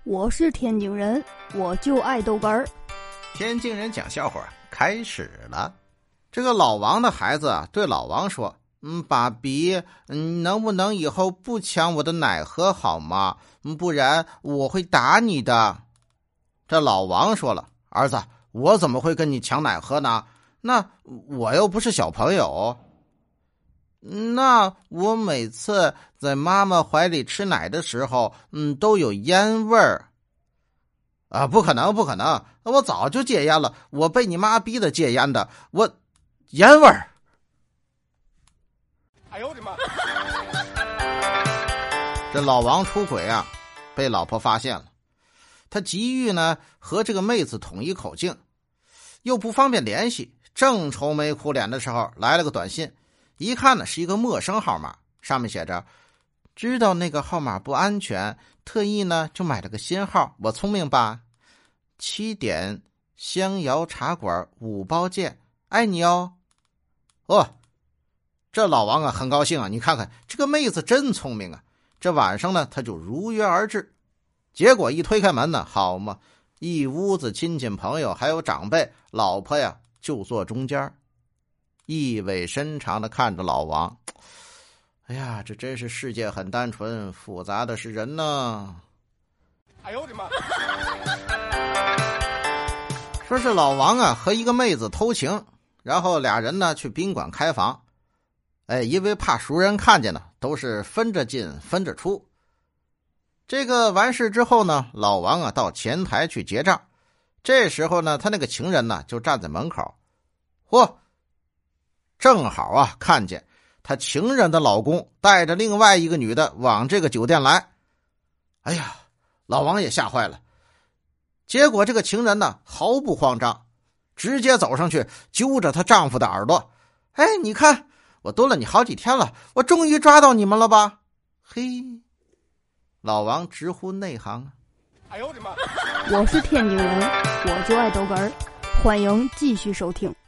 我是天津人，我就爱豆干儿。 天津人讲笑话开始了。这个老王的孩子啊，对老王说：“爸比，能不能以后不抢我的奶喝好吗？不然我会打你的。”这老王说了：“儿子，我怎么会跟你抢奶喝呢？那我又不是小朋友。那我每次在妈妈怀里吃奶的时候，都有烟味儿。啊，不可能，不可能！我早就戒烟了，我被你妈逼的戒烟的，我烟味儿。”哎呦我的妈！这老王出轨啊，被老婆发现了。他急于呢和这个妹子统一口径，又不方便联系，正愁眉苦脸的时候，来了个短信。一看呢是一个陌生号码，上面写着：“知道那个号码不安全，特意呢就买了个新号，我聪明吧？7点香窑茶馆5包件，爱你哦。”哦，这老王啊很高兴啊，你看看这个妹子真聪明啊。这晚上呢他就如约而至，结果一推开门呢，好嘛，一屋子亲戚朋友还有长辈，老婆呀就坐中间，意味深长地看着老王。哎呀，这真是世界很单纯，复杂的是人呢。哎呦我的妈！说是老王啊和一个妹子偷情，然后俩人呢去宾馆开房。因为怕熟人看见呢，都是分着进分着出。这个完事之后呢，老王啊到前台去结账。这时候呢，他那个情人呢就站在门口。嚯！正好啊看见他情人的老公带着另外一个女的往这个酒店来。哎呀，老王也吓坏了。结果这个情人呢毫不慌张，直接走上去揪着她丈夫的耳朵。你看我蹲了你好几天了，我终于抓到你们了吧？嘿，老王直呼内行啊。哎呦我的妈！ 我是天津人，我就爱豆干儿。欢迎继续收听。